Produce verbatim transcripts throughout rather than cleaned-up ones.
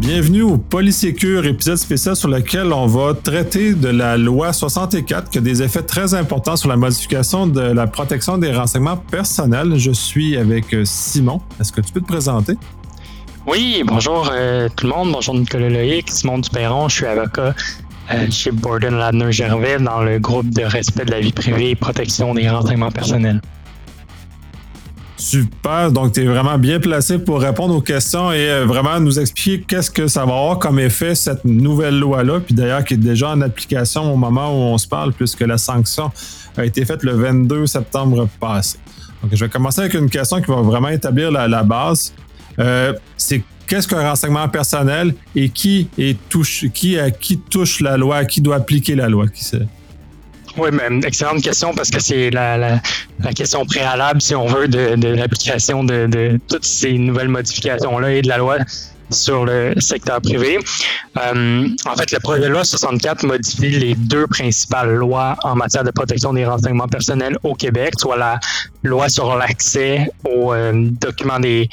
Bienvenue au Polysécure, épisode spécial sur lequel on va traiter de la loi soixante-quatre qui a des effets très importants sur la modification de la protection des renseignements personnels. Je suis avec Simon. Est-ce que tu peux te présenter? Oui, bonjour euh, tout le monde. Bonjour Nicolas Loïc, Simon Duperron. Je suis avocat euh, chez Borden Ladner Gervais dans le groupe de respect de la vie privée et protection des renseignements personnels. Super, donc tu es vraiment bien placé pour répondre aux questions et vraiment nous expliquer qu'est-ce que ça va avoir comme effet cette nouvelle loi-là, puis d'ailleurs qui est déjà en application au moment où on se parle puisque la sanction a été faite le vingt-deux septembre passé. Donc je vais commencer avec une question qui va vraiment établir la, la base. Euh, c'est qu'est-ce qu'un renseignement personnel et qui est touche, qui, à qui touche la loi, qui doit appliquer la loi? Qui c'est? Oui, mais excellente question parce que c'est la, la, la question préalable, si on veut, de, de l'application de, de toutes ces nouvelles modifications-là et de la loi sur le secteur privé. Euh, en fait, le projet de loi soixante-quatre modifie les deux principales lois en matière de protection des renseignements personnels au Québec, soit la loi sur l'accès aux euh, documents des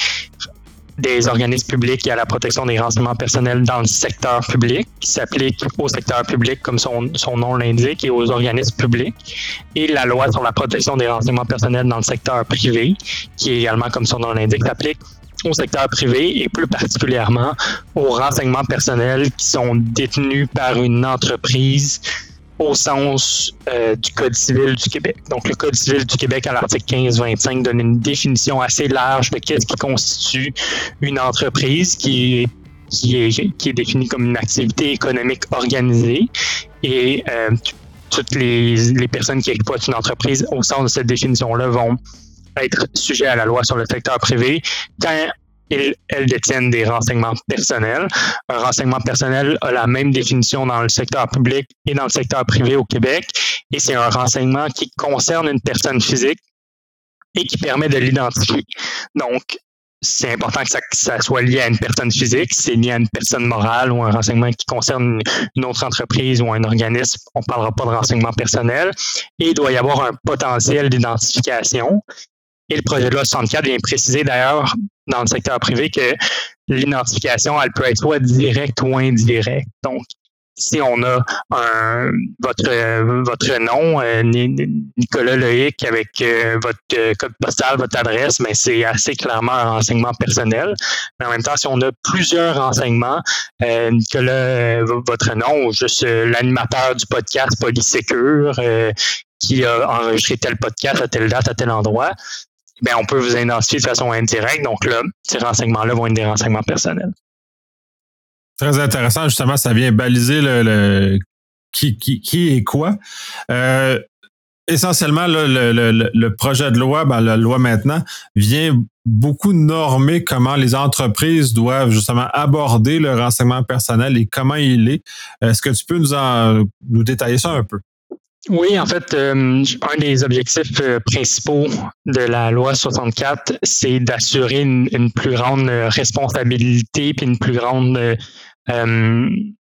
des organismes publics et à la protection des renseignements personnels dans le secteur public, qui s'applique au secteur public comme son, son nom l'indique et aux organismes publics, et la loi sur la protection des renseignements personnels dans le secteur privé, qui est également, comme son nom l'indique, s'applique au secteur privé et plus particulièrement aux renseignements personnels qui sont détenus par une entreprise au sens euh, du Code civil du Québec. Donc, le Code civil du Québec, à l'article quinze vingt-cinq, donne une définition assez large de qu'est-ce qui constitue une entreprise qui est, qui est, qui est définie comme une activité économique organisée. Et euh, toutes les, les personnes qui exploitent une entreprise au sens de cette définition-là vont être sujets à la loi sur le secteur privé quand Elles, elles détiennent des renseignements personnels. Un renseignement personnel a la même définition dans le secteur public et dans le secteur privé au Québec, et c'est un renseignement qui concerne une personne physique et qui permet de l'identifier. Donc, c'est important que ça, que ça soit lié à une personne physique. Si c'est lié à une personne morale ou un renseignement qui concerne une, une autre entreprise ou un organisme, on ne parlera pas de renseignement personnel. Et il doit y avoir un potentiel d'identification. Et le projet de loi soixante-quatre vient préciser d'ailleurs dans le secteur privé que l'identification, elle peut être soit directe ou indirecte. Donc, si on a un, votre, votre nom, euh, Nicolas Loïc, avec euh, votre euh, code postal, votre adresse, mais c'est assez clairement un renseignement personnel. Mais en même temps, si on a plusieurs renseignements, euh, Nicolas, euh, votre nom, ou juste euh, l'animateur du podcast Polysécure, euh, qui a enregistré tel podcast à telle date, à tel endroit, bien, on peut vous identifier de façon indirecte. Donc là, ces renseignements-là vont être des renseignements personnels. Très intéressant. Justement, ça vient baliser le, le qui, qui, qui est quoi. Euh, essentiellement, là, le, le, le projet de loi, ben, la loi maintenant, vient beaucoup normer comment les entreprises doivent justement aborder le renseignement personnel et comment il est. Est-ce que tu peux nous, en, nous détailler ça un peu? Oui, en fait, euh, un des objectifs euh, principaux de la loi soixante-quatre, c'est d'assurer une, une plus grande responsabilité puis une plus grande euh, un,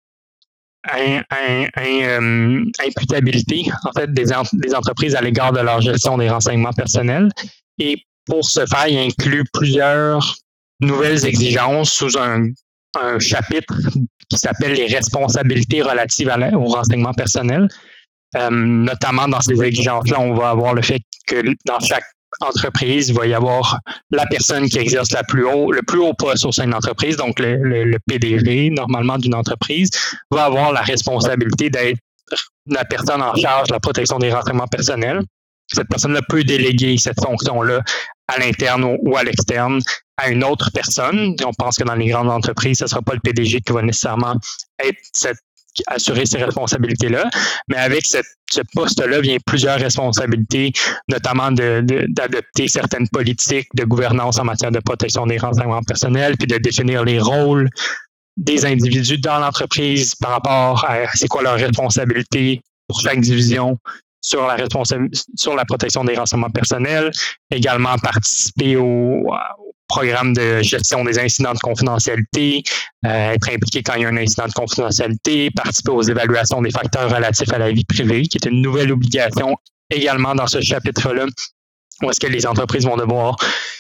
un, un, euh, imputabilité, en fait, des, en, des entreprises à l'égard de leur gestion des renseignements personnels. Et pour ce faire, il inclut plusieurs nouvelles exigences sous un, un chapitre qui s'appelle les responsabilités relatives à la, aux renseignements personnels. Euh, notamment dans ces exigences-là, on va avoir le fait que dans chaque entreprise, il va y avoir la personne qui exerce la plus haut, le plus haut poste au sein de l'entreprise, donc le, le, le P D G, normalement, d'une entreprise, va avoir la responsabilité d'être la personne en charge de la protection des renseignements personnels. Cette personne-là peut déléguer cette fonction-là à l'interne ou à l'externe à une autre personne. On pense que dans les grandes entreprises, ce ne sera pas le P D G qui va nécessairement être cette assurer ces responsabilités-là, mais avec cette, ce poste-là vient plusieurs responsabilités, notamment de, de, d'adopter certaines politiques de gouvernance en matière de protection des renseignements personnels, puis de définir les rôles des individus dans l'entreprise par rapport à c'est quoi leur responsabilité pour chaque division sur la responsabilité, sur la protection des renseignements personnels, également participer au, au programme de gestion des incidents de confidentialité, euh, être impliqué quand il y a un incident de confidentialité, participer aux évaluations des facteurs relatifs à la vie privée, qui est une nouvelle obligation également dans ce chapitre-là, où est-ce que les entreprises vont devoir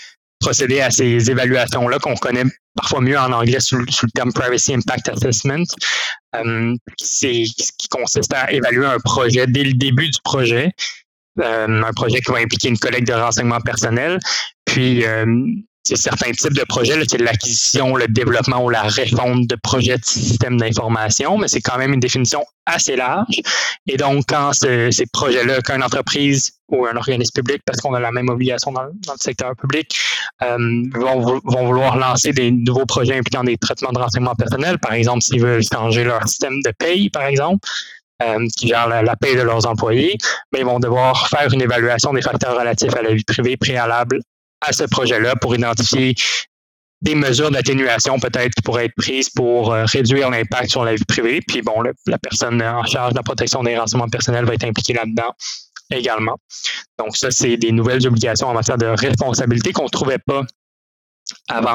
procéder à ces évaluations-là qu'on connaît parfois mieux en anglais sous, sous le terme Privacy Impact Assessment, euh, c'est, qui consiste à évaluer un projet dès le début du projet, euh, un projet qui va impliquer une collecte de renseignements personnels, puis euh, c'est certains types de projets, là, c'est l'acquisition, le développement ou la refonte de projets de systèmes d'information, mais c'est quand même une définition assez large. Et donc, quand ce, ces projets-là, quand une entreprise ou un organisme public, parce qu'on a la même obligation dans, dans le secteur public, euh, vont, vont vouloir lancer des nouveaux projets impliquant des traitements de renseignements personnels, par exemple, s'ils veulent changer leur système de paye, par exemple, euh, qui gère la, la paye de leurs employés, mais ils vont devoir faire une évaluation des facteurs relatifs à la vie privée préalable à ce projet-là pour identifier des mesures d'atténuation peut-être qui pourraient être prises pour euh, réduire l'impact sur la vie privée. Puis bon, le, la personne en charge de la protection des renseignements personnels va être impliquée là-dedans également. Donc ça, c'est des nouvelles obligations en matière de responsabilité qu'on ne trouvait pas avant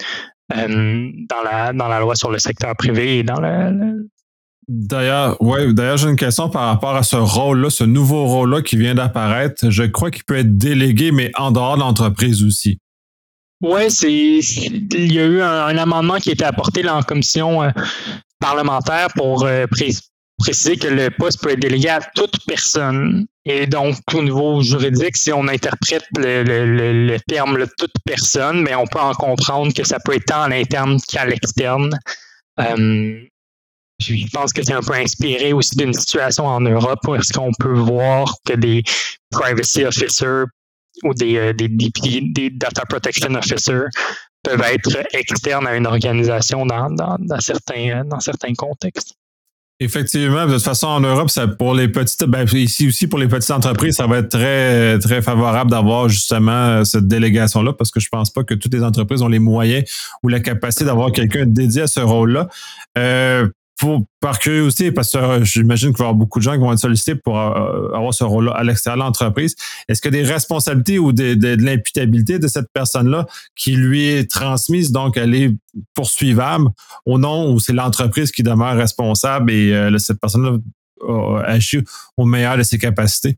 euh, dans, la, dans la loi sur le secteur privé et dans le... le D'ailleurs, ouais, d'ailleurs, j'ai une question par rapport à ce rôle-là, ce nouveau rôle-là qui vient d'apparaître. Je crois qu'il peut être délégué, mais en dehors de l'entreprise aussi. Oui, c'est, il y a eu un, un amendement qui a été apporté là, en commission euh, parlementaire pour euh, pré- préciser que le poste peut être délégué à toute personne. Et donc, au niveau juridique, si on interprète le, le, le, le terme là, toute personne, mais on peut en comprendre que ça peut être tant à l'interne qu'à l'externe. Euh, Je pense que c'est un peu inspiré aussi d'une situation en Europe où est-ce qu'on peut voir que des privacy officers ou des, des, des, des data protection officers peuvent être externes à une organisation dans, dans, dans, certains, dans certains contextes. Effectivement, de toute façon, en Europe, ça, pour les petites, ben, ici aussi, pour les petites entreprises, ça va être très, très favorable d'avoir justement cette délégation-là parce que je pense pas que toutes les entreprises ont les moyens ou la capacité d'avoir quelqu'un dédié à ce rôle-là. Euh, Pour, par curiosité, parce que euh, j'imagine qu'il va y avoir beaucoup de gens qui vont être sollicités pour euh, avoir ce rôle-là à l'extérieur de l'entreprise. Est-ce qu'il y a des responsabilités ou de, de, de l'imputabilité de cette personne-là qui lui est transmise, donc elle est poursuivable au nom où c'est l'entreprise qui demeure responsable et euh, cette personne-là euh, agit au meilleur de ses capacités?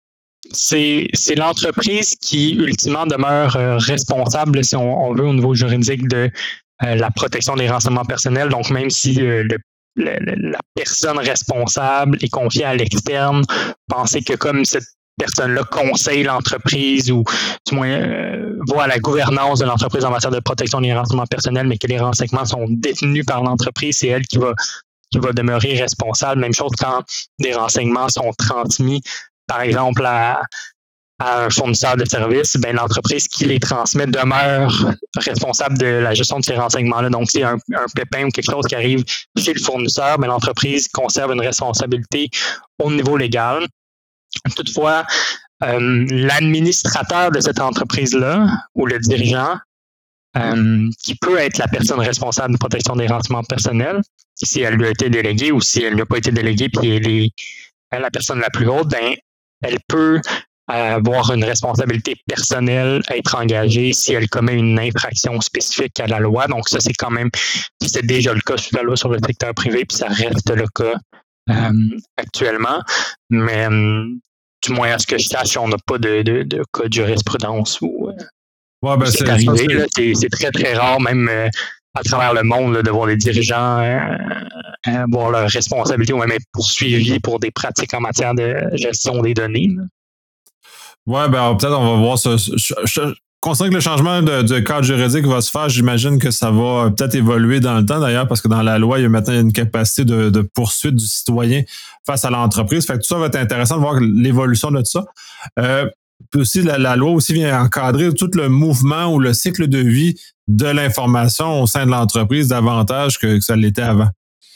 C'est, c'est l'entreprise qui, ultimement, demeure euh, responsable, si on, on veut, au niveau juridique de euh, la protection des renseignements personnels. Donc, même si euh, le Le, le, la personne responsable est confiée à l'externe, pensez que comme cette personne-là conseille l'entreprise ou du moins euh, voit à la gouvernance de l'entreprise en matière de protection des renseignements personnels, mais que les renseignements sont détenus par l'entreprise, c'est elle qui va, qui va demeurer responsable. Même chose quand des renseignements sont transmis, par exemple, à à un fournisseur de services, ben, l'entreprise qui les transmet demeure responsable de la gestion de ces renseignements-là. Donc, s'il y a un, un pépin ou quelque chose qui arrive chez le fournisseur, ben, l'entreprise conserve une responsabilité au niveau légal. Toutefois, euh, l'administrateur de cette entreprise-là ou le dirigeant, euh, qui peut être la personne responsable de protection des renseignements personnels, si elle lui a été déléguée ou si elle ne lui a pas été déléguée puis elle est, elle est la personne la plus haute, ben, elle peut avoir une responsabilité personnelle, être engagée si elle commet une infraction spécifique à la loi. Donc ça, c'est quand même, c'est déjà le cas sous la loi sur le secteur privé, puis ça reste le cas euh, actuellement. Mais euh, du moins à ce que je sache, on n'a pas de, de, de cas de jurisprudence où, euh, ouais, ben, c'est, c'est arrivé. Là, c'est, c'est très, très rare, même euh, à travers le monde, là, de voir des dirigeants euh, avoir leur responsabilité ou même être poursuivis pour des pratiques en matière de gestion des données. Là. Ouais, ben peut-être on va voir ça. Je, je, je considère que le changement de, de cadre juridique va se faire. J'imagine que ça va peut-être évoluer dans le temps d'ailleurs, parce que dans la loi, il y a maintenant une capacité de, de poursuite du citoyen face à l'entreprise. Fait que tout ça va être intéressant de voir l'évolution de tout ça. Euh, puis aussi, la, la loi aussi vient encadrer tout le mouvement ou le cycle de vie de l'information au sein de l'entreprise davantage que, que ça l'était avant.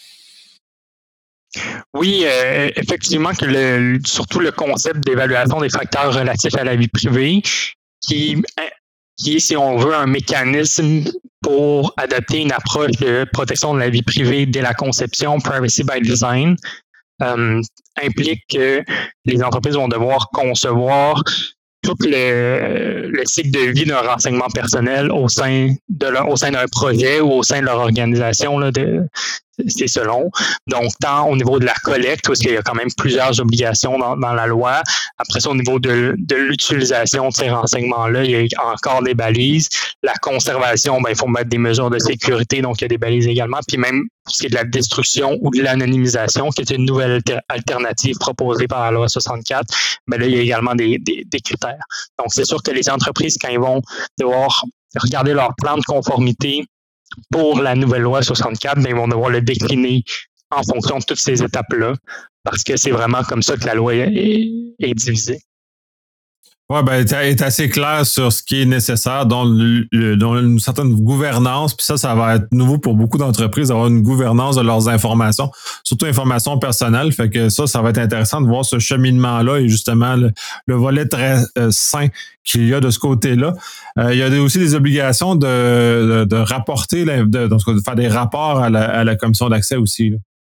Oui, euh, effectivement, que le, surtout le concept d'évaluation des facteurs relatifs à la vie privée, qui, qui est, si on veut, un mécanisme pour adopter une approche de protection de la vie privée dès la conception, privacy by design, euh, implique que les entreprises vont devoir concevoir tout le, le cycle de vie d'un renseignement personnel au sein de leur, au sein d'un projet ou au sein de leur organisation là, de c'est selon. Donc, tant au niveau de la collecte, parce qu'il y a quand même plusieurs obligations dans, dans la loi. Après ça, au niveau de, de l'utilisation de ces renseignements-là, il y a encore des balises. La conservation, ben, il faut mettre des mesures de sécurité, donc il y a des balises également. Puis même pour ce qui est de la destruction ou de l'anonymisation, qui est une nouvelle alter- alternative proposée par la loi soixante-quatre, ben là, il y a également des, des, des critères. Donc, c'est sûr que les entreprises, quand ils vont devoir regarder leur plan de conformité pour la nouvelle loi soixante-quatre, ben, ils vont devoir le décliner en fonction de toutes ces étapes-là, parce que c'est vraiment comme ça que la loi est, est divisée. Oui, ben, tu es assez clair sur ce qui est nécessaire, dont, le, dont une certaine gouvernance, puis ça, ça va être nouveau pour beaucoup d'entreprises d'avoir une gouvernance de leurs informations, surtout informations personnelles. Fait que ça, ça va être intéressant de voir ce cheminement-là et justement le, le volet très euh, sain qu'il y a de ce côté-là. Euh, il y a aussi des obligations de, de, de rapporter, de, de, de faire des rapports à la, à la commission d'accès aussi, là.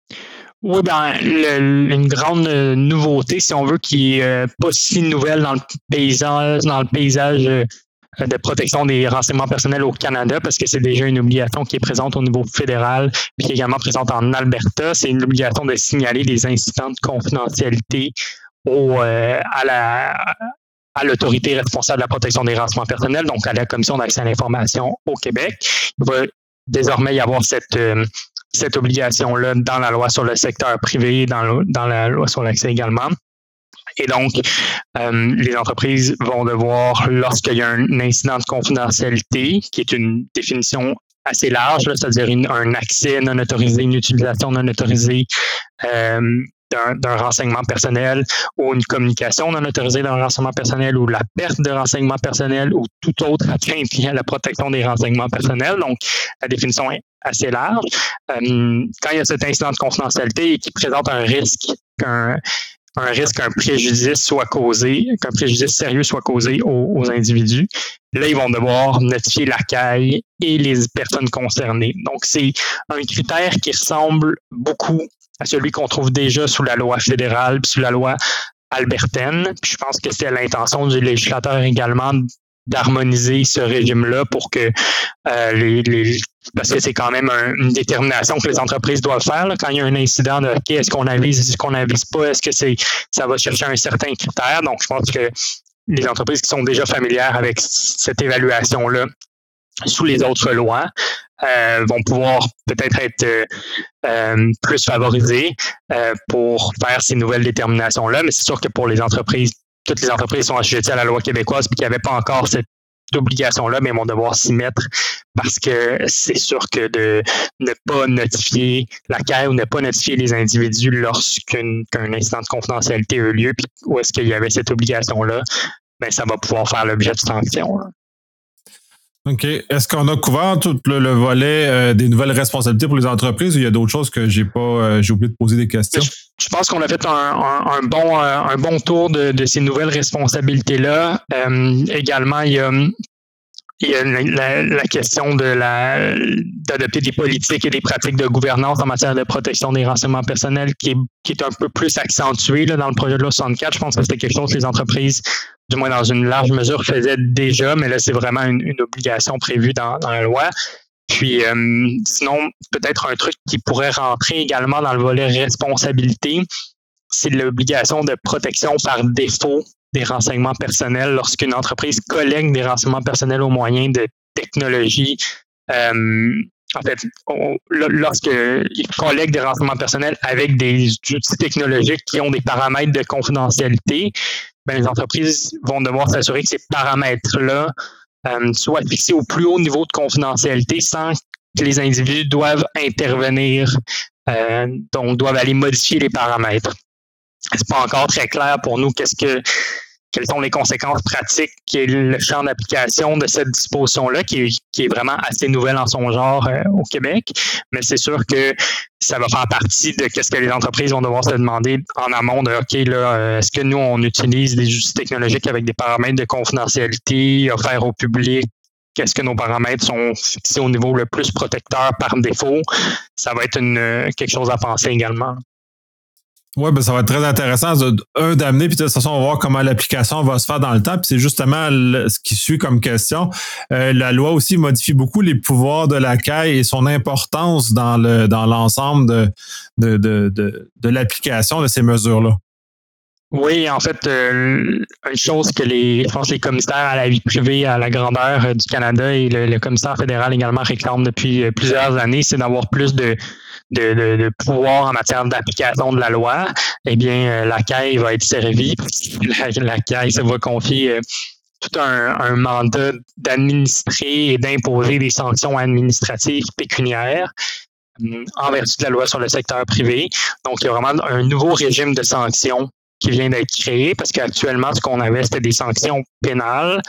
Oui, ben, le, une grande nouveauté, si on veut, qui n'est euh, pas si nouvelle dans le paysage, dans le paysage euh, de protection des renseignements personnels au Canada, parce que c'est déjà une obligation qui est présente au niveau fédéral, puis qui est également présente en Alberta. C'est une obligation de signaler des incidents de confidentialité au, euh, à la à l'autorité responsable de la protection des renseignements personnels, donc à la Commission d'accès à l'information au Québec. Il va désormais y avoir cette euh, cette obligation-là dans la loi sur le secteur privé, dans, le, dans la loi sur l'accès également. Et donc, euh, les entreprises vont devoir, lorsqu'il y a un incident de confidentialité, qui est une définition assez large, là, c'est-à-dire une, un accès non autorisé, une utilisation non autorisée euh, d'un, d'un renseignement personnel ou une communication non autorisée d'un renseignement personnel ou la perte de renseignements personnels ou toute autre atteinte liée à la protection des renseignements personnels. Donc, la définition est assez large. Euh, quand il y a cet incident de confidentialité et qui présente un risque qu'un un risque qu'un préjudice soit causé, qu'un préjudice sérieux soit causé aux, aux individus, là, ils vont devoir notifier la C A I et les personnes concernées. Donc, c'est un critère qui ressemble beaucoup à celui qu'on trouve déjà sous la loi fédérale puis sous la loi albertaine. Puis je pense que c'était l'intention du législateur également d'harmoniser ce régime-là pour que euh, les, les parce que c'est quand même un, une détermination que les entreprises doivent faire là, quand il y a un incident de OK, est-ce qu'on avise, est-ce qu'on n'avise pas, est-ce que c'est ça va chercher un certain critère. Donc, je pense que les entreprises qui sont déjà familières avec cette évaluation-là sous les autres lois euh, vont pouvoir peut-être être euh, euh, plus favorisées euh, pour faire ces nouvelles déterminations-là. Mais c'est sûr que pour les entreprises, toutes les entreprises sont assujetties à la loi québécoise puis qu'il n'y avait pas encore cette obligation-là, mais ils vont devoir s'y mettre parce que c'est sûr que de ne pas notifier la C A I ou ne pas notifier les individus lorsqu'un qu'un incident de confidentialité a eu lieu, puis où est-ce qu'il y avait cette obligation-là, ben ça va pouvoir faire l'objet de sanctions. Là. OK. Est-ce qu'on a couvert tout le, le volet euh, des nouvelles responsabilités pour les entreprises ou il y a d'autres choses que j'ai pas euh, j'ai oublié de poser des questions? Je, je pense qu'on a fait un, un, un bon euh, un bon tour de, de ces nouvelles responsabilités-là. Euh, également, il y a Il y a la, la question de la d'adopter des politiques et des pratiques de gouvernance en matière de protection des renseignements personnels qui est, qui est un peu plus accentuée là, dans le projet de loi soixante-quatre. Je pense que c'était quelque chose que les entreprises, du moins dans une large mesure, faisaient déjà, mais là, c'est vraiment une, une obligation prévue dans, dans la loi. Puis, euh, sinon, peut-être un truc qui pourrait rentrer également dans le volet responsabilité, c'est l'obligation de protection par défaut des renseignements personnels lorsqu'une entreprise collecte des renseignements personnels au moyen de technologies. Euh, en fait, on, lorsqu'ils collectent des renseignements personnels avec des outils technologiques qui ont des paramètres de confidentialité, ben, les entreprises vont devoir s'assurer que ces paramètres-là euh, soient fixés au plus haut niveau de confidentialité sans que les individus doivent intervenir, euh, donc doivent aller modifier les paramètres. C'est pas encore très clair pour nous qu'est-ce que quelles sont les conséquences pratiques et le champ d'application de cette disposition-là, qui est, qui est vraiment assez nouvelle en son genre euh, au Québec. Mais c'est sûr que ça va faire partie de qu'est-ce que les entreprises vont devoir se demander en amont de OK, là, est-ce que nous, on utilise des outils technologiques avec des paramètres de confidentialité offerts au public? Qu'est-ce que nos paramètres sont fixés au niveau le plus protecteur par défaut? Ça va être une, quelque chose à penser également. Oui, ben ça va être très intéressant, de, un, d'amener, puis de toute façon, on va voir comment l'application va se faire dans le temps. Puis c'est justement le, ce qui suit comme question. Euh, la loi aussi modifie beaucoup les pouvoirs de la C A I et son importance dans le dans l'ensemble de, de, de, de, de l'application de ces mesures-là. Oui, en fait, euh, une chose que les, je pense les commissaires à la vie privée à la grandeur euh, du Canada et le, le commissaire fédéral également réclament depuis euh, plusieurs années, c'est d'avoir plus de, de, de, de pouvoir en matière d'application de la loi. Eh bien, euh, la C A I va être servie. La, la C A I se va confier euh, tout un, un mandat d'administrer et d'imposer des sanctions administratives pécuniaires euh, en vertu de la loi sur le secteur privé. Donc, il y a vraiment un nouveau régime de sanctions qui vient d'être créé, parce qu'actuellement, ce qu'on avait, c'était des sanctions pénales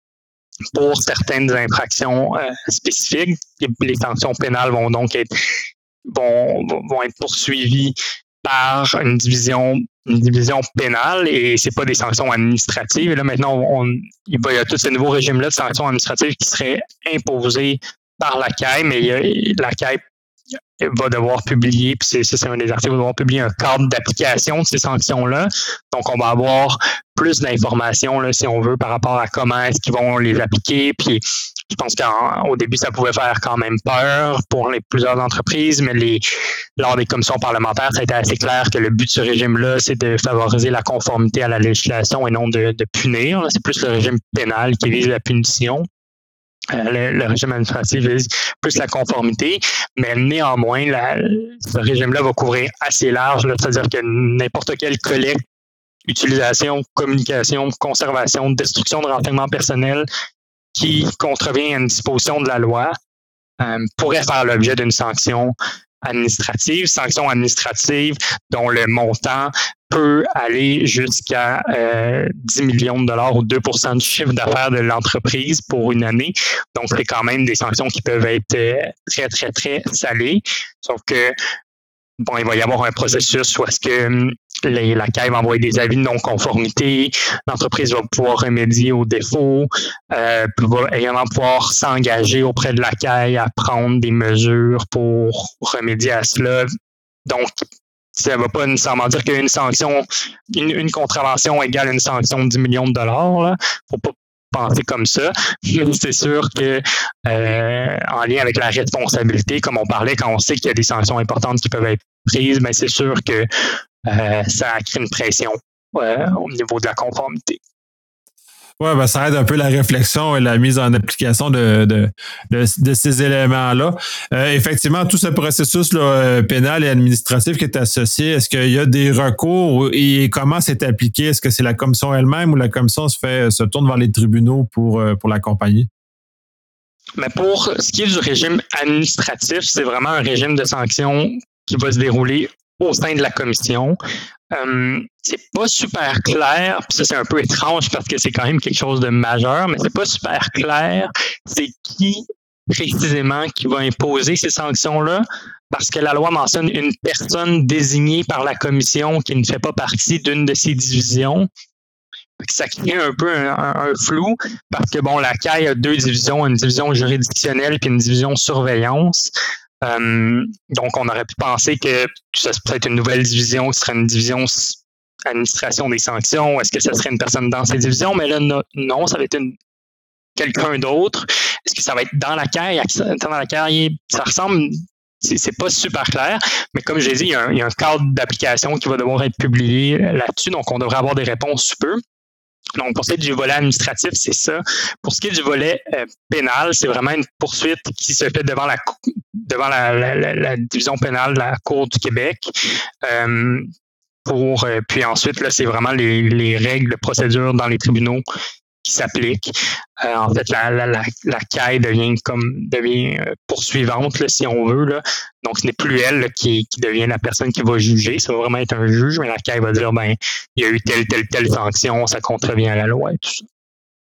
pour certaines infractions euh, spécifiques. Les sanctions pénales vont donc être, vont, vont être poursuivies par une division, une division pénale, et c'est pas des sanctions administratives. Et là, maintenant, on, il y a tout ce nouveau régime-là de sanctions administratives qui seraient imposées par la C A I, mais il y a, la C A I va devoir publier, puis c'est, ça c'est un des articles, va devoir publier un cadre d'application de ces sanctions-là. Donc, on va avoir plus d'informations, là, si on veut, par rapport à comment est-ce qu'ils vont les appliquer. Puis, je pense qu'au début, ça pouvait faire quand même peur pour les plusieurs entreprises, mais les, lors des commissions parlementaires, ça a été assez clair que le but de ce régime-là, c'est de favoriser la conformité à la législation et non de, de punir. C'est plus le régime pénal qui vise la punition. Euh, le, le régime administratif vise plus la conformité, mais néanmoins, la, ce régime-là va couvrir assez large, là, c'est-à-dire que n'importe quelle collecte, utilisation, communication, conservation, destruction de renseignements personnels qui contrevient à une disposition de la loi euh, pourrait faire l'objet d'une sanction administrative, sanction administrative dont le montant peut aller jusqu'à euh, dix millions de dollars ou deux pour cent du chiffre d'affaires de l'entreprise pour une année. Donc, c'est quand même des sanctions qui peuvent être euh, très, très, très salées. Sauf que, bon, il va y avoir un processus où est-ce que les, la C A I va envoyer des avis de non-conformité, l'entreprise va pouvoir remédier aux défauts, euh, va également pouvoir s'engager auprès de la C A I à prendre des mesures pour remédier à cela. Donc, ça ne va pas nécessairement dire qu'une sanction, une, une contravention égale une sanction de dix millions de dollars. Il ne faut pas penser comme ça. C'est sûr que euh, en lien avec la responsabilité, comme on parlait, quand on sait qu'il y a des sanctions importantes qui peuvent être prises, mais c'est sûr que euh, ça crée une pression euh, au niveau de la conformité. Oui, ben, ça aide un peu la réflexion et la mise en application de, de, de, de ces éléments-là. Euh, effectivement, tout ce processus là, pénal et administratif qui est associé, est-ce qu'il y a des recours et comment c'est appliqué? Est-ce que c'est la commission elle-même ou la commission se fait se tourne vers les tribunaux pour, pour l'accompagner? Mais pour ce qui est du régime administratif, c'est vraiment un régime de sanctions qui va se dérouler au sein de la commission. Euh, c'est pas super clair, puis ça c'est un peu étrange parce que c'est quand même quelque chose de majeur, mais c'est pas super clair c'est qui précisément qui va imposer ces sanctions-là, parce que la loi mentionne une personne désignée par la commission qui ne fait pas partie d'une de ces divisions. Ça crée un peu un, un, un flou, parce que bon, la C A I a deux divisions, une division juridictionnelle puis une division surveillance. Euh, donc, on aurait pu penser que ça serait peut-être une nouvelle division qui serait une division administration des sanctions. Est-ce que ça serait une personne dans ces divisions? Mais là, no, non, ça va être une, quelqu'un d'autre. Est-ce que ça va être dans la C A I? Dans la C A I, ça ressemble, c'est, c'est pas super clair, mais comme j'ai dit, il y, a un, il y a un cadre d'application qui va devoir être publié là-dessus, donc on devrait avoir des réponses sous peu. Donc, pour ce qui est du volet administratif, c'est ça. Pour ce qui est du volet euh, pénal, c'est vraiment une poursuite qui se fait devant la devant la, la, la, la division pénale de la Cour du Québec. Euh, pour euh, puis ensuite, là, c'est vraiment les, les règles de procédure dans les tribunaux qui s'appliquent. Euh, en fait, la, la, la, la C A I devient comme devient euh, poursuivante, là, si on veut. Là. Donc, ce n'est plus elle là, qui, qui devient la personne qui va juger. Ça va vraiment être un juge, mais la C A I va dire ben, il y a eu telle, telle, telle sanction, ça contrevient à la loi et tout ça.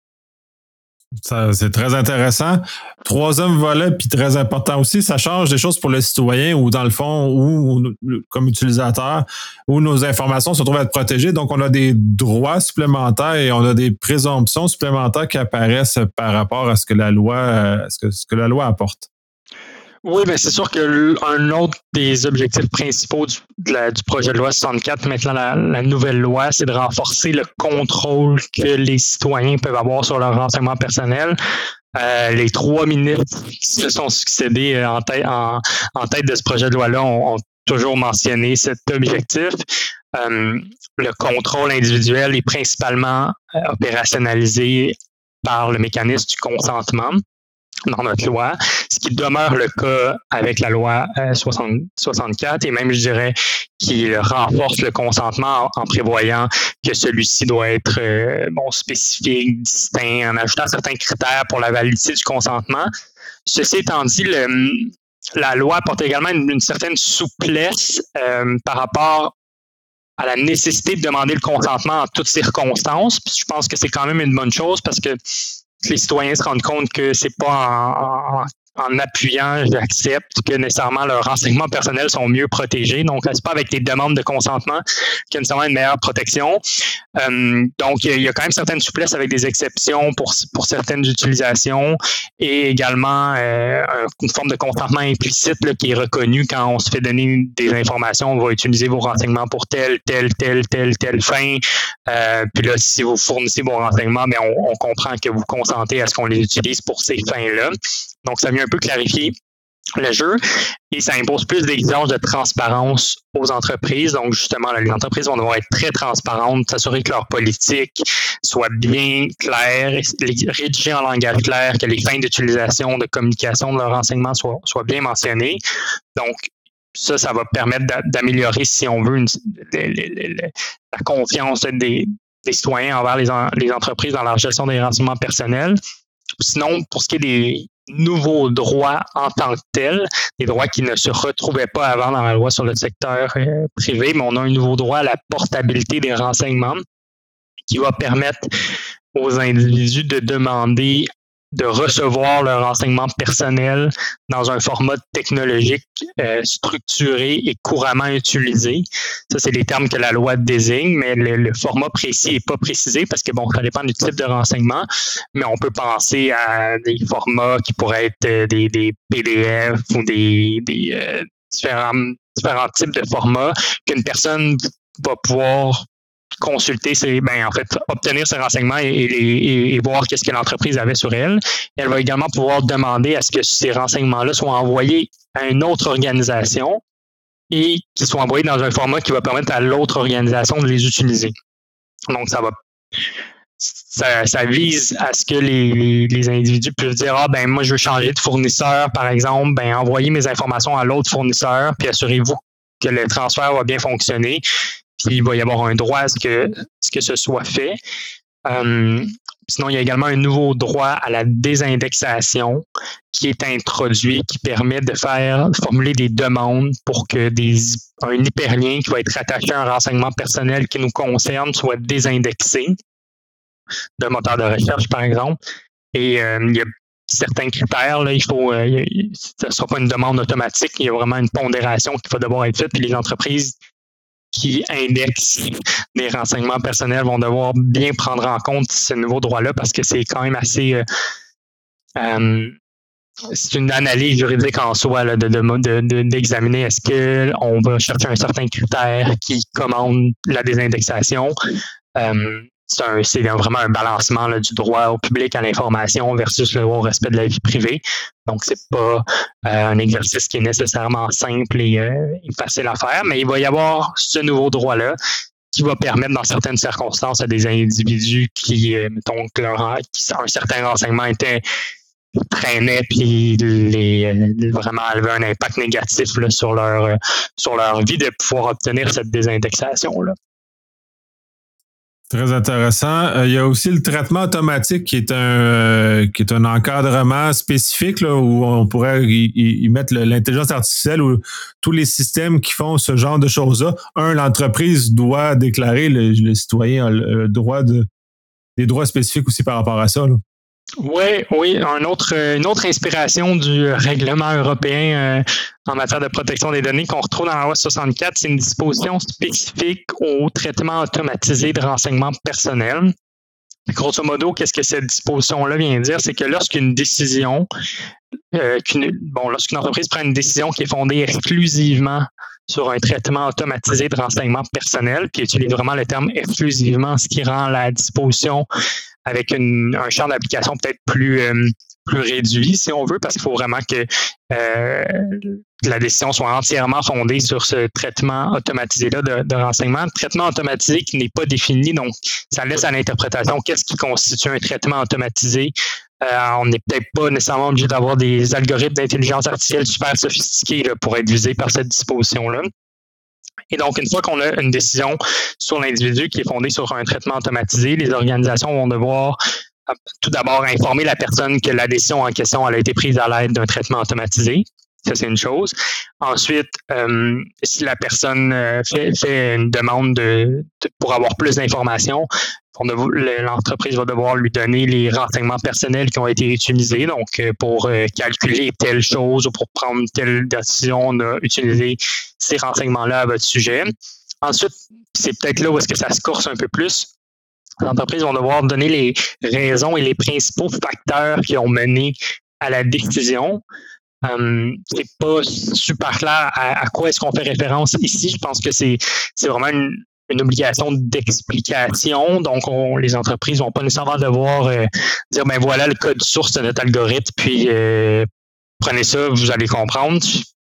Ça, c'est très intéressant. Troisième volet, puis très important aussi, ça change des choses pour le citoyen ou dans le fond, ou comme utilisateur, où nos informations se trouvent à être protégées. Donc, on a des droits supplémentaires et on a des présomptions supplémentaires qui apparaissent par rapport à ce que la loi, ce que, ce que la loi apporte. Oui, mais c'est sûr qu'un autre des objectifs principaux du, de la, du projet de loi soixante-quatre, maintenant la, la nouvelle loi, c'est de renforcer le contrôle que les citoyens peuvent avoir sur leur renseignement personnel. Euh, les trois ministres qui se sont succédés en tête, en, en tête de ce projet de loi-là ont, ont toujours mentionné cet objectif. Euh, le contrôle individuel est principalement euh, opérationnalisé par le mécanisme du consentement dans notre loi, ce qui demeure le cas avec la loi euh, soixante, soixante-quatre, et même, je dirais, qui renforce le consentement en, en prévoyant que celui-ci doit être euh, bon, spécifique, distinct, en ajoutant certains critères pour la validité du consentement. Ceci étant dit, le, la loi apporte également une, une certaine souplesse euh, par rapport à la nécessité de demander le consentement en toutes circonstances. Puis je pense que c'est quand même une bonne chose parce que les citoyens se rendent compte que c'est pas en, en, en appuyant, j'accepte que nécessairement leurs renseignements personnels sont mieux protégés. Donc, c'est pas avec les demandes de consentement qu'il y a nécessairement une meilleure protection. Euh, donc, il y a quand même certaines souplesses avec des exceptions pour, pour certaines utilisations et également euh, une forme de consentement implicite là, qui est reconnu quand on se fait donner des informations. On va utiliser vos renseignements pour telle, telle, telle, telle, telle fin. Euh, puis là, si vous fournissez vos renseignements, bien, on, on comprend que vous consentez à ce qu'on les utilise pour ces fins-là. Donc, ça vient un peu clarifier le jeu et ça impose plus d'exigences de transparence aux entreprises. Donc, justement, là, les entreprises vont devoir être très transparentes, s'assurer que leur politique soit bien claire, rédigée en langage clair, que les fins d'utilisation, de communication de leurs renseignements soient, soient bien mentionnées. Donc, ça, ça va permettre d'améliorer, si on veut, une, les, les, les, la confiance des, des citoyens envers les, en, les entreprises dans la gestion des renseignements personnels. Sinon, pour ce qui est des nouveaux droits en tant que tels, des droits qui ne se retrouvaient pas avant dans la loi sur le secteur euh, privé, mais on a un nouveau droit à la portabilité des renseignements qui va permettre aux individus de demander de recevoir leurs renseignements personnels dans un format technologique euh, structuré et couramment utilisé. Ça, c'est les termes que la loi désigne, mais le, le format précis n'est pas précisé parce que, bon, ça dépend du type de renseignement, mais on peut penser à des formats qui pourraient être des, des P D F ou des, des euh, différents, différents types de formats qu'une personne va pouvoir consulter, c'est ben en fait obtenir ces renseignements et, et, et voir qu'est-ce que l'entreprise avait sur elle. Elle va également pouvoir demander à ce que ces renseignements-là soient envoyés à une autre organisation et qu'ils soient envoyés dans un format qui va permettre à l'autre organisation de les utiliser. Donc, ça va ça, ça vise à ce que les, les, les individus puissent dire « Ah, ben moi, je veux changer de fournisseur, par exemple, ben envoyez mes informations à l'autre fournisseur, puis assurez-vous que le transfert va bien fonctionner. » Puis il va y avoir un droit à ce que, ce que ce soit fait. Euh, sinon, il y a également un nouveau droit à la désindexation qui est introduit, qui permet de faire, de formuler des demandes pour que des, un hyperlien qui va être rattaché à un renseignement personnel qui nous concerne soit désindexé d'un moteur de recherche, par exemple. Et euh, il y a certains critères, là, il faut, euh, il, ce ne sera pas une demande automatique, il y a vraiment une pondération qui va devoir être faite, puis les entreprises qui indexent des renseignements personnels vont devoir bien prendre en compte ce nouveau droit-là parce que c'est quand même assez... Euh, euh, c'est une analyse juridique en soi là, de, de, de, de, d'examiner est-ce qu'on va chercher un certain critère qui commande la désindexation. Euh, c'est, un, c'est vraiment un balancement là, du droit au public à l'information versus le droit au respect de la vie privée. Donc, c'est pas euh, un exercice qui est nécessairement simple et, euh, et facile à faire, mais il va y avoir ce nouveau droit-là qui va permettre, dans certaines circonstances, à des individus qui, euh, mettons, que leur, qui un certain renseignement était traînait puis les, les vraiment avait un impact négatif là, sur leur sur leur vie de pouvoir obtenir cette désindexation-là. Très intéressant. Euh, il y a aussi le traitement automatique qui est un euh, qui est un encadrement spécifique là, où on pourrait y, y mettre le, l'intelligence artificielle ou tous les systèmes qui font ce genre de choses-là. Un, l'entreprise doit déclarer, le, le citoyen a le, le droit de des droits spécifiques aussi par rapport à ça. Là. Oui, oui. Un autre, une autre inspiration du règlement européen euh, en matière de protection des données qu'on retrouve dans la loi soixante-quatre, c'est une disposition spécifique au traitement automatisé de renseignements personnels. Grosso modo, qu'est-ce que cette disposition-là vient dire? C'est que lorsqu'une décision, euh, qu'une, bon, lorsqu'une entreprise prend une décision qui est fondée exclusivement sur un traitement automatisé de renseignements personnels, qui utilise vraiment le terme exclusivement, ce qui rend la disposition avec une, un champ d'application peut-être plus, euh, plus réduit, si on veut, parce qu'il faut vraiment que euh, la décision soit entièrement fondée sur ce traitement automatisé-là de, de renseignement. Traitement automatisé qui n'est pas défini, donc ça laisse à l'interprétation qu'est-ce qui constitue un traitement automatisé. Euh, on n'est peut-être pas nécessairement obligé d'avoir des algorithmes d'intelligence artificielle super sophistiqués là, pour être visés par cette disposition-là. Et donc, une fois qu'on a une décision sur l'individu qui est fondée sur un traitement automatisé, les organisations vont devoir tout d'abord informer la personne que la décision en question elle a été prise à l'aide d'un traitement automatisé. Ça, c'est une chose. Ensuite, euh, si la personne euh, fait, fait une demande de, de, pour avoir plus d'informations, l'entreprise va devoir lui donner les renseignements personnels qui ont été utilisés. Donc, euh, pour euh, calculer telle chose ou pour prendre telle décision, on a utilisé ces renseignements-là à votre sujet. Ensuite, c'est peut-être là où est-ce que ça se corse un peu plus. Les entreprises vont devoir donner les raisons et les principaux facteurs qui ont mené à la décision. Um, c'est pas super clair à, à quoi est-ce qu'on fait référence ici. Je pense que c'est, c'est vraiment une, une obligation d'explication. Donc, on, les entreprises vont pas nécessairement devoir euh, dire, ben voilà le code source de notre algorithme, puis euh, prenez ça, vous allez comprendre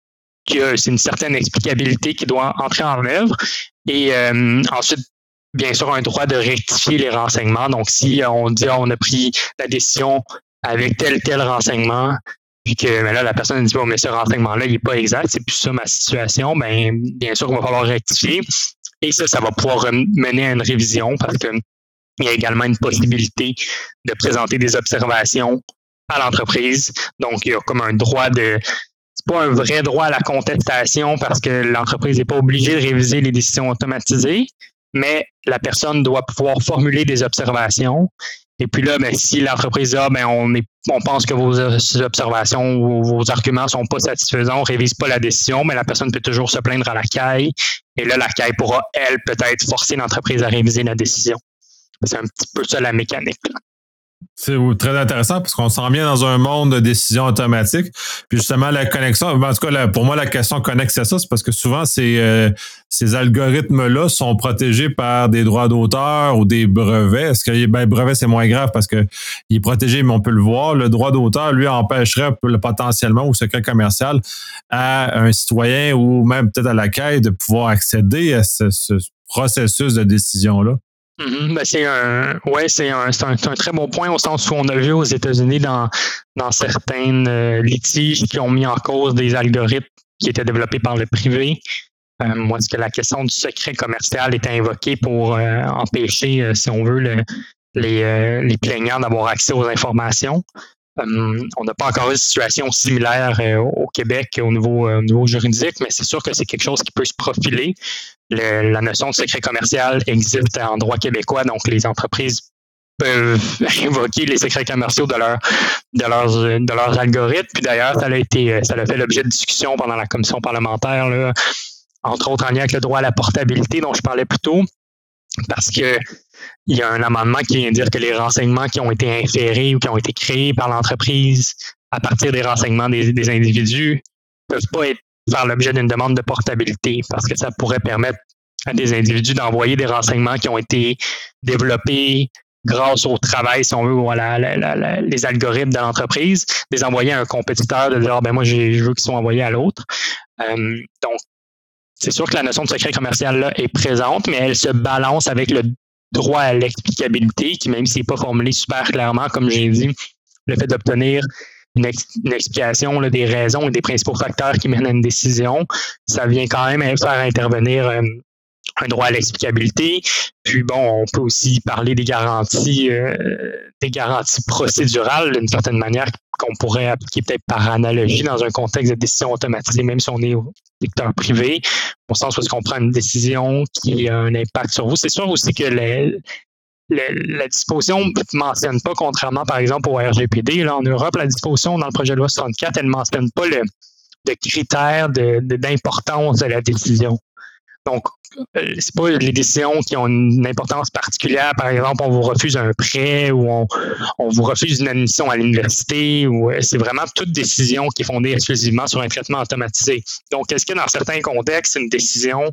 que c'est une certaine explicabilité qui doit entrer en œuvre. Et euh, ensuite, bien sûr, un droit de rectifier les renseignements. Donc, si on dit, on a pris la décision avec tel, tel renseignement, puis que ben là, la personne dit, bon, mais ce renseignement-là, il n'est pas exact, c'est plus ça ma situation, bien, bien sûr qu'il va falloir rectifier. Et ça, ça va pouvoir mener à une révision parce qu'il y a également une possibilité de présenter des observations à l'entreprise. Donc, il y a comme un droit de... C'est pas un vrai droit à la contestation parce que l'entreprise n'est pas obligée de réviser les décisions automatisées, mais la personne doit pouvoir formuler des observations. Et puis là, ben, si l'entreprise a, ben, on, est, on pense que vos observations ou vos arguments sont pas satisfaisants, on ne révise pas la décision, mais la personne peut toujours se plaindre à la C A I. Et là, la C A I pourra, elle, peut-être forcer l'entreprise à réviser la décision. C'est un petit peu ça la mécanique, là. C'est très intéressant parce qu'on s'en vient dans un monde de décisions automatiques. Puis justement, la connexion, en tout cas, la, pour moi, la question connexe à ça, c'est parce que souvent, ces, euh, ces algorithmes-là sont protégés par des droits d'auteur ou des brevets. Est-ce que ben, brevet, c'est moins grave parce qu'il est protégé, mais on peut le voir. Le droit d'auteur, lui, empêcherait potentiellement au secret commercial à un citoyen ou même peut-être à la C A I de pouvoir accéder à ce, ce processus de décision-là. Mm-hmm. Ben c'est un, ouais, c'est un, c'est un, c'est un très bon point au sens où on a vu aux États-Unis dans, dans certains euh, litiges qui ont mis en cause des algorithmes qui étaient développés par le privé. Euh, moi, est-ce que la question du secret commercial est invoquée pour euh, empêcher, euh, si on veut, le, les, euh, les plaignants d'avoir accès aux informations? Euh, on n'a pas encore eu de situation similaire euh, au Québec au niveau, euh, au niveau juridique, mais c'est sûr que c'est quelque chose qui peut se profiler. Le, la notion de secret commercial existe en droit québécois, donc les entreprises peuvent invoquer les secrets commerciaux de, leur, de, leurs, de leurs algorithmes. Puis d'ailleurs, ça a été, ça a fait l'objet de discussion pendant la commission parlementaire, là, entre autres en lien avec le droit à la portabilité dont je parlais plus tôt, parce que il y a un amendement qui vient dire que les renseignements qui ont été inférés ou qui ont été créés par l'entreprise à partir des renseignements des, des individus ne peuvent pas être, faire l'objet d'une demande de portabilité parce que ça pourrait permettre à des individus d'envoyer des renseignements qui ont été développés grâce au travail, si on veut, ou à la, la, la, la, les algorithmes de l'entreprise, les envoyer à un compétiteur, de dire ah, ben moi, j'ai, je veux qu'ils soient envoyés à l'autre. Euh, donc, c'est sûr que la notion de secret commercial là est présente, mais elle se balance avec le droit à l'explicabilité, qui même s'il n'est pas formulé super clairement, comme j'ai dit, le fait d'obtenir une, ex- une explication là, des raisons et des principaux facteurs qui mènent à une décision, ça vient quand même faire intervenir euh, un droit à l'explicabilité. Puis bon, on peut aussi parler des garanties, euh, des garanties procédurales d'une certaine manière qu'on pourrait appliquer peut-être par analogie dans un contexte de décision automatisée, même si on est au secteur privé, au sens où est-ce qu'on prend une décision qui a un impact sur vous. C'est sûr aussi que les, les, la disposition ne mentionne pas, contrairement par exemple au R G P D, là, en Europe, la disposition dans le projet de loi soixante-quatre, elle ne mentionne pas le, le critère de, de, d'importance de la décision. Donc, euh, c'est pas les décisions qui ont une importance particulière. Par exemple, on vous refuse un prêt ou on, on vous refuse une admission à l'université. Ou euh, c'est vraiment toute décision qui est fondée exclusivement sur un traitement automatisé. Donc, est-ce que dans certains contextes, c'est une décision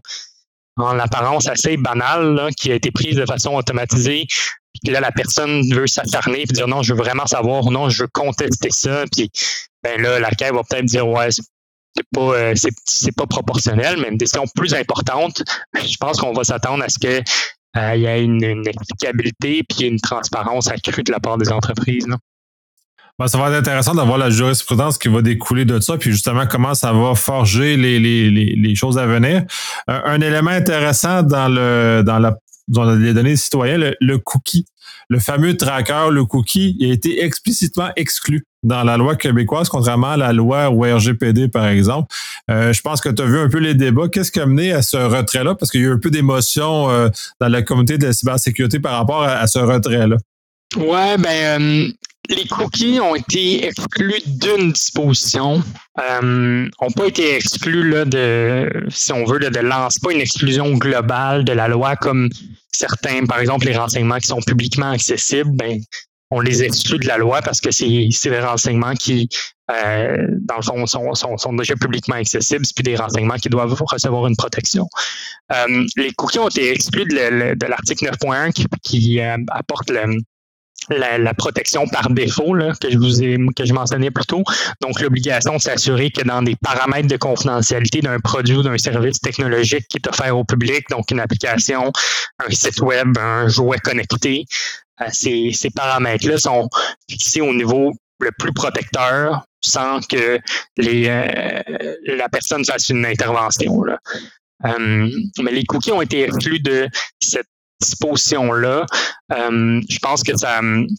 en apparence assez banale là, qui a été prise de façon automatisée, puis là, la personne veut s'acharner et dire non, je veux vraiment savoir ou non, je veux contester ça. Puis ben là, la C A I va peut-être dire ouais, c'est, c'est pas euh, c'est, c'est pas proportionnel, mais une décision plus importante, je pense qu'on va s'attendre à ce que euh, il y ait une, une explicabilité puis une transparence accrue de la part des entreprises. Là. Ben, ça va être intéressant d'avoir la jurisprudence qui va découler de ça, puis justement comment ça va forger les, les, les, les choses à venir. Un, un élément intéressant dans le dans la dans les données citoyennes, le, le cookie, le fameux tracker, le cookie, il a été explicitement exclu dans la loi québécoise, contrairement à la loi au R G P D, par exemple. Euh, je pense que tu as vu un peu les débats. Qu'est-ce qui a mené à ce retrait-là? Parce qu'il y a eu un peu d'émotion euh, dans la communauté de la cybersécurité par rapport à, à ce retrait-là. Ouais, ben, euh, les cookies ont été exclus d'une disposition. Euh, n'ont pas été exclus là, de, si on veut, là, de lance, pas une exclusion globale de la loi comme certains, par exemple, les renseignements qui sont publiquement accessibles, ben, on les exclut de la loi parce que c'est, c'est des renseignements qui, euh, dans le fond, sont, sont, sont déjà publiquement accessibles, c'est plus des renseignements qui doivent recevoir une protection. Euh, les cookies ont été exclus de, le, de l'article neuf point un qui, qui euh, apporte le La, la protection par défaut là, que je vous ai que je mentionnais plus tôt. Donc, l'obligation de s'assurer que dans des paramètres de confidentialité d'un produit ou d'un service technologique qui est offert au public, donc une application, un site web, un jouet connecté, euh, ces, ces paramètres-là sont fixés au niveau le plus protecteur sans que les, euh, la personne fasse une intervention. Là. Euh, mais les cookies ont été exclus de cette disposition-là. Euh, je pense que ça.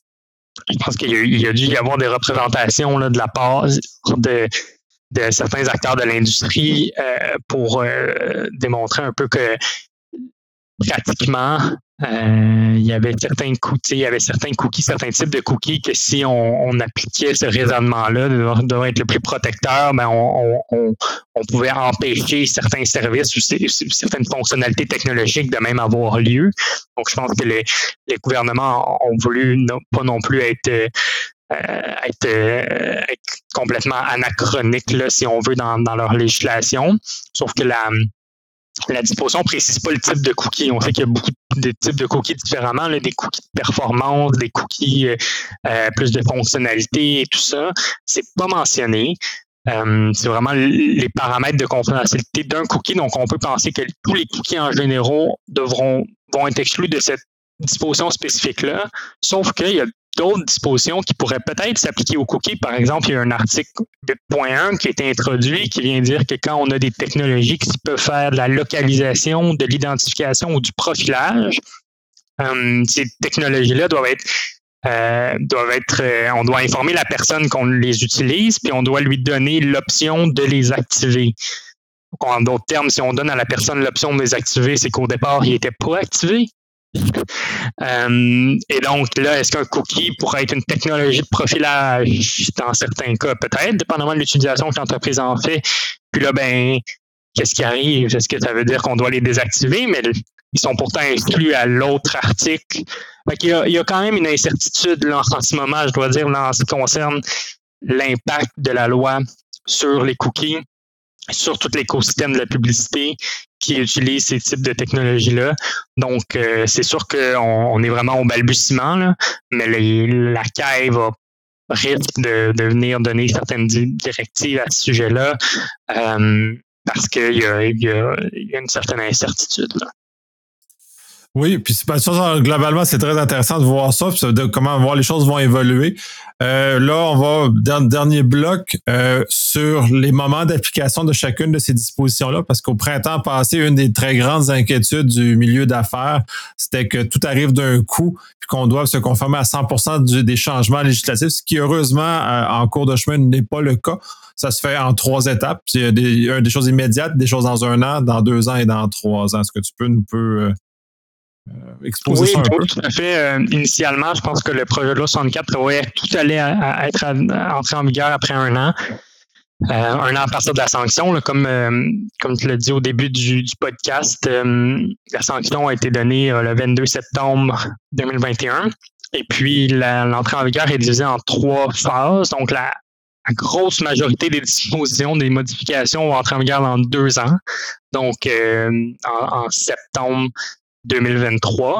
Je pense qu'il y a, il y a dû y avoir des représentations là, de la part de, de certains acteurs de l'industrie euh, pour euh, démontrer un peu que pratiquement euh, il y avait certains cookies, il y avait certains cookies, certains types de cookies que si on, on appliquait ce raisonnement-là de, de être le plus protecteur, ben on, on, on pouvait empêcher certains services ou certaines fonctionnalités technologiques de même avoir lieu. Donc, je pense que les, les gouvernements ont voulu non, pas non plus être euh, être, euh, être complètement anachroniques, là, si on veut, dans, dans leur législation. Sauf que la La disposition ne précise pas le type de cookies. On sait qu'il y a beaucoup de types de cookies différemment, là, des cookies de performance, des cookies euh, plus de fonctionnalité et tout ça. C'est pas mentionné. Euh, c'est vraiment les paramètres de confidentialité d'un cookie. Donc, on peut penser que tous les cookies en général devront vont être exclus de cette disposition spécifique-là. Sauf qu'il y a d'autres dispositions qui pourraient peut-être s'appliquer aux cookies. Par exemple, il y a un article huit point un qui a été introduit qui vient dire que quand on a des technologies qui peuvent faire de la localisation, de l'identification ou du profilage, euh, ces technologies-là doivent être, euh, doivent être euh, on doit informer la personne qu'on les utilise, puis on doit lui donner l'option de les activer. Donc, en d'autres termes, si on donne à la personne l'option de les activer, c'est qu'au départ, il n'était pas activé. Euh, et donc là, est-ce qu'un cookie pourrait être une technologie de profilage? Dans certains cas, peut-être, dépendamment de l'utilisation que l'entreprise en fait. Puis là, ben, qu'est-ce qui arrive? Est-ce que ça veut dire qu'on doit les désactiver? Mais ils sont pourtant inclus à l'autre article. Fait qu'il y a, il y a quand même une incertitude là, en ce moment, je dois dire, là, en ce qui concerne l'impact de la loi sur les cookies, sur tout l'écosystème de la publicité qui utilise ces types de technologies-là. Donc, euh, c'est sûr qu'on on est vraiment au balbutiement, là, mais les, la C A I va risque de, de venir donner certaines directives à ce sujet-là euh, parce qu'il y a, il y, a, il y a une certaine incertitude, là. Oui, puis c'est pas ça, globalement, c'est très intéressant de voir ça, puis de comment voir les choses vont évoluer. Euh, là, on va dans le dernier bloc euh, sur les moments d'application de chacune de ces dispositions-là, parce qu'au printemps passé, une des très grandes inquiétudes du milieu d'affaires, c'était que tout arrive d'un coup, puis qu'on doive se conformer à cent pour cent du, des changements législatifs, ce qui, heureusement, euh, en cours de chemin, n'est pas le cas. Ça se fait en trois étapes. Il y a des, des choses immédiates, des choses dans un an, dans deux ans et dans trois ans. Est-ce que tu peux nous peux... Euh, Euh, exposer oui, ça un oui, peu. Tout à fait. Euh, initialement, je pense que le projet de loi soixante-quatre prévoyait tout allait à, à être à, à entrer en vigueur après un an. Euh, un an à partir de la sanction, là, comme, euh, comme tu l'as dit au début du, du podcast, euh, la sanction a été donnée euh, le vingt-deux septembre deux mille vingt et un. Et puis, la, l'entrée en vigueur est divisée en trois phases. Donc, la, la grosse majorité des dispositions, des modifications vont entrer en vigueur dans deux ans. Donc, euh, en, en septembre deux mille vingt-trois.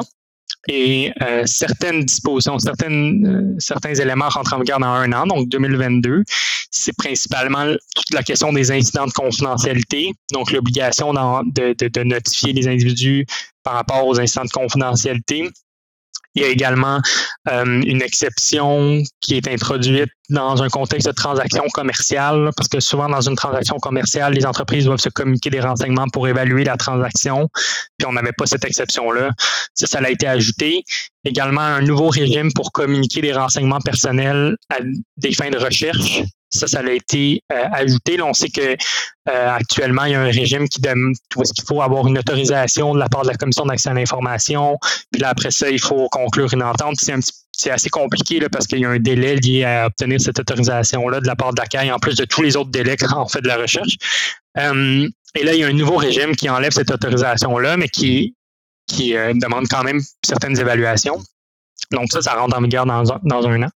Et euh, certaines dispositions, certaines, euh, certains éléments rentrent en vigueur dans un an, donc deux mille vingt-deux. C'est principalement toute la question des incidents de confidentialité, donc l'obligation de, de, de notifier les individus par rapport aux incidents de confidentialité. Il y a également euh, une exception qui est introduite dans un contexte de transaction commerciale, parce que souvent dans une transaction commerciale, les entreprises doivent se communiquer des renseignements pour évaluer la transaction, puis on n'avait pas cette exception-là. Ça, ça a été ajouté. Également, un nouveau régime pour communiquer des renseignements personnels à des fins de recherche. Ça, ça a été euh, ajouté. Là, on sait que euh, actuellement, il y a un régime qui donne où est-ce qu'il faut avoir une autorisation de la part de la Commission d'accès à l'information. Puis là, après ça, il faut conclure une entente. C'est un petit C'est assez compliqué là, parce qu'il y a un délai lié à obtenir cette autorisation-là de la part de la C A I, en plus de tous les autres délais quand on fait de la recherche. Euh, et là, il y a un nouveau régime qui enlève cette autorisation-là, mais qui, qui euh, demande quand même certaines évaluations. Donc ça, ça rentre en vigueur dans, dans un an.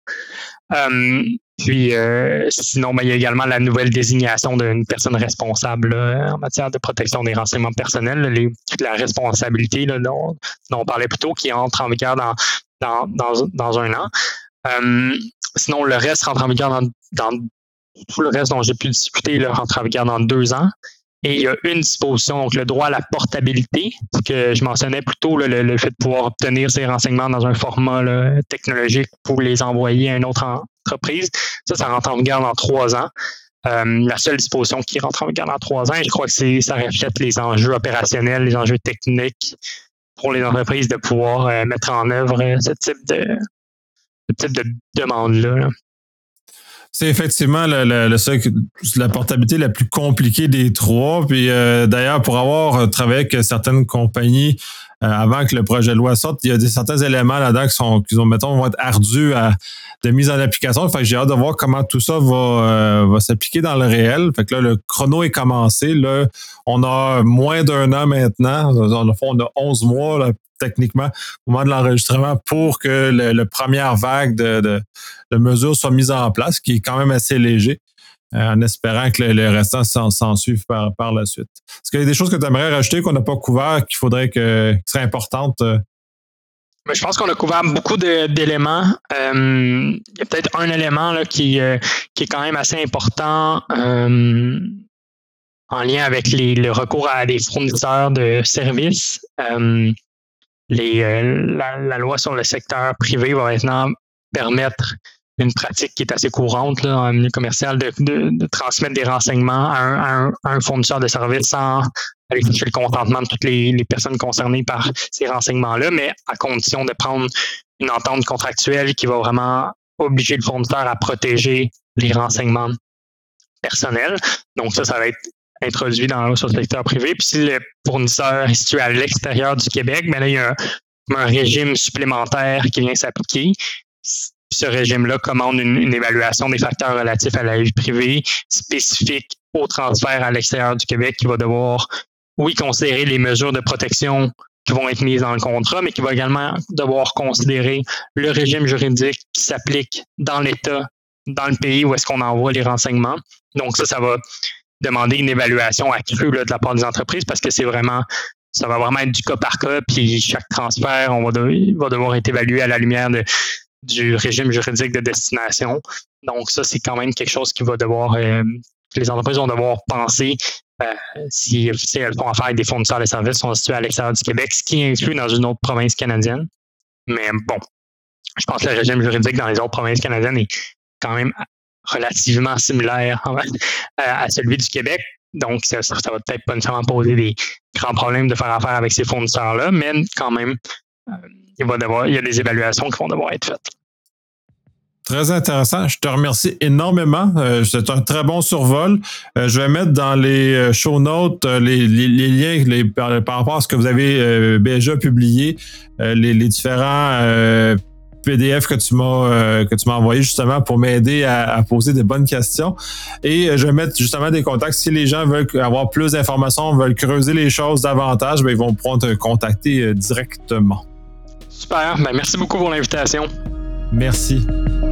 Euh, puis euh, sinon, ben, il y a également la nouvelle désignation d'une personne responsable là, en matière de protection des renseignements personnels, les, la responsabilité là, dont, dont on parlait plus tôt, qui entre en vigueur dans Dans, dans, dans un an. Euh, sinon, le reste rentre en vigueur dans, dans tout le reste dont j'ai pu discuter là, rentre en vigueur dans deux ans. Et il y a une disposition, donc le droit à la portabilité, que je mentionnais plus tôt, là, le, le fait de pouvoir obtenir ces renseignements dans un format là, technologique pour les envoyer à une autre entreprise. Ça, ça rentre en vigueur dans trois ans. Euh, la seule disposition qui rentre en vigueur dans trois ans, et je crois que c'est, ça reflète les enjeux opérationnels, les enjeux techniques pour les entreprises de pouvoir euh, mettre en œuvre euh, ce type de, ce type de demande-là. Là. C'est effectivement le, le, le, la portabilité la plus compliquée des trois. Puis euh, d'ailleurs, pour avoir travaillé avec certaines compagnies euh, avant que le projet de loi sorte, il y a des, certains éléments là-dedans qui sont, qui ont, mettons, vont être ardus à, de mise en application. Fait que j'ai hâte de voir comment tout ça va, euh, va s'appliquer dans le réel. Fait que là, le chrono est commencé. Là, on a moins d'un an maintenant. Dans le fond, on a onze mois, là, techniquement, au moment de l'enregistrement, pour que le, le première vague de, de, de mesures soit mise en place, qui est quand même assez léger, euh, en espérant que le, le restant s'en, s'en suive par, par la suite. Est-ce qu'il y a des choses que tu aimerais rajouter qu'on n'a pas couvert, qu'il faudrait que, qui seraient importantes? Mais je pense qu'on a couvert beaucoup de, d'éléments. Euh, il y a peut-être un élément là, qui, euh, qui est quand même assez important euh, en lien avec les, le recours à des fournisseurs de services. Euh, les, euh, la, la loi sur le secteur privé va maintenant permettre une pratique qui est assez courante là, en milieu commercial de, de, de transmettre des renseignements à un, à un, à un fournisseur de services sans aller chercher le consentement de toutes les, les personnes concernées par ces renseignements-là, mais à condition de prendre une entente contractuelle qui va vraiment obliger le fournisseur à protéger les renseignements personnels. Donc ça, ça va être introduit dans la loi sur le secteur privé. Puis si le fournisseur est situé à l'extérieur du Québec, bien là, il y a un, un régime supplémentaire qui vient s'appliquer. Ce régime-là commande une, une évaluation des facteurs relatifs à la vie privée spécifique au transfert à l'extérieur du Québec qui va devoir, oui, considérer les mesures de protection qui vont être mises dans le contrat, mais qui va également devoir considérer le régime juridique qui s'applique dans l'État, dans le pays où est-ce qu'on envoie les renseignements. Donc ça, ça va demander une évaluation accrue là, de la part des entreprises parce que c'est vraiment, ça va vraiment être du cas par cas, puis chaque transfert, on va, de, va devoir être évalué à la lumière de, du régime juridique de destination. Donc ça, c'est quand même quelque chose qui va devoir, euh, que les entreprises vont devoir penser euh, si, si elles font affaire avec des fournisseurs de services qui sont situés à l'extérieur du Québec, ce qui est inclus dans une autre province canadienne. Mais bon, je pense que le régime juridique dans les autres provinces canadiennes est quand même relativement similaire à celui du Québec. Donc, ça, ça va peut-être pas nécessairement poser des grands problèmes de faire affaire avec ces fournisseurs-là, mais quand même, euh, il, va devoir, il y a des évaluations qui vont devoir être faites. Très intéressant. Je te remercie énormément. Euh, c'est un très bon survol. Euh, je vais mettre dans les show notes euh, les, les, les liens les, par, par rapport à ce que vous avez euh, déjà publié, euh, les, les différents... Euh, P D F que tu m'as euh, que tu m'as envoyé justement pour m'aider à, à poser des bonnes questions. Et euh, je vais mettre justement des contacts. Si les gens veulent avoir plus d'informations, veulent creuser les choses davantage, bien, ils vont pouvoir te contacter euh, directement. Super. Ben, merci beaucoup pour l'invitation. Merci.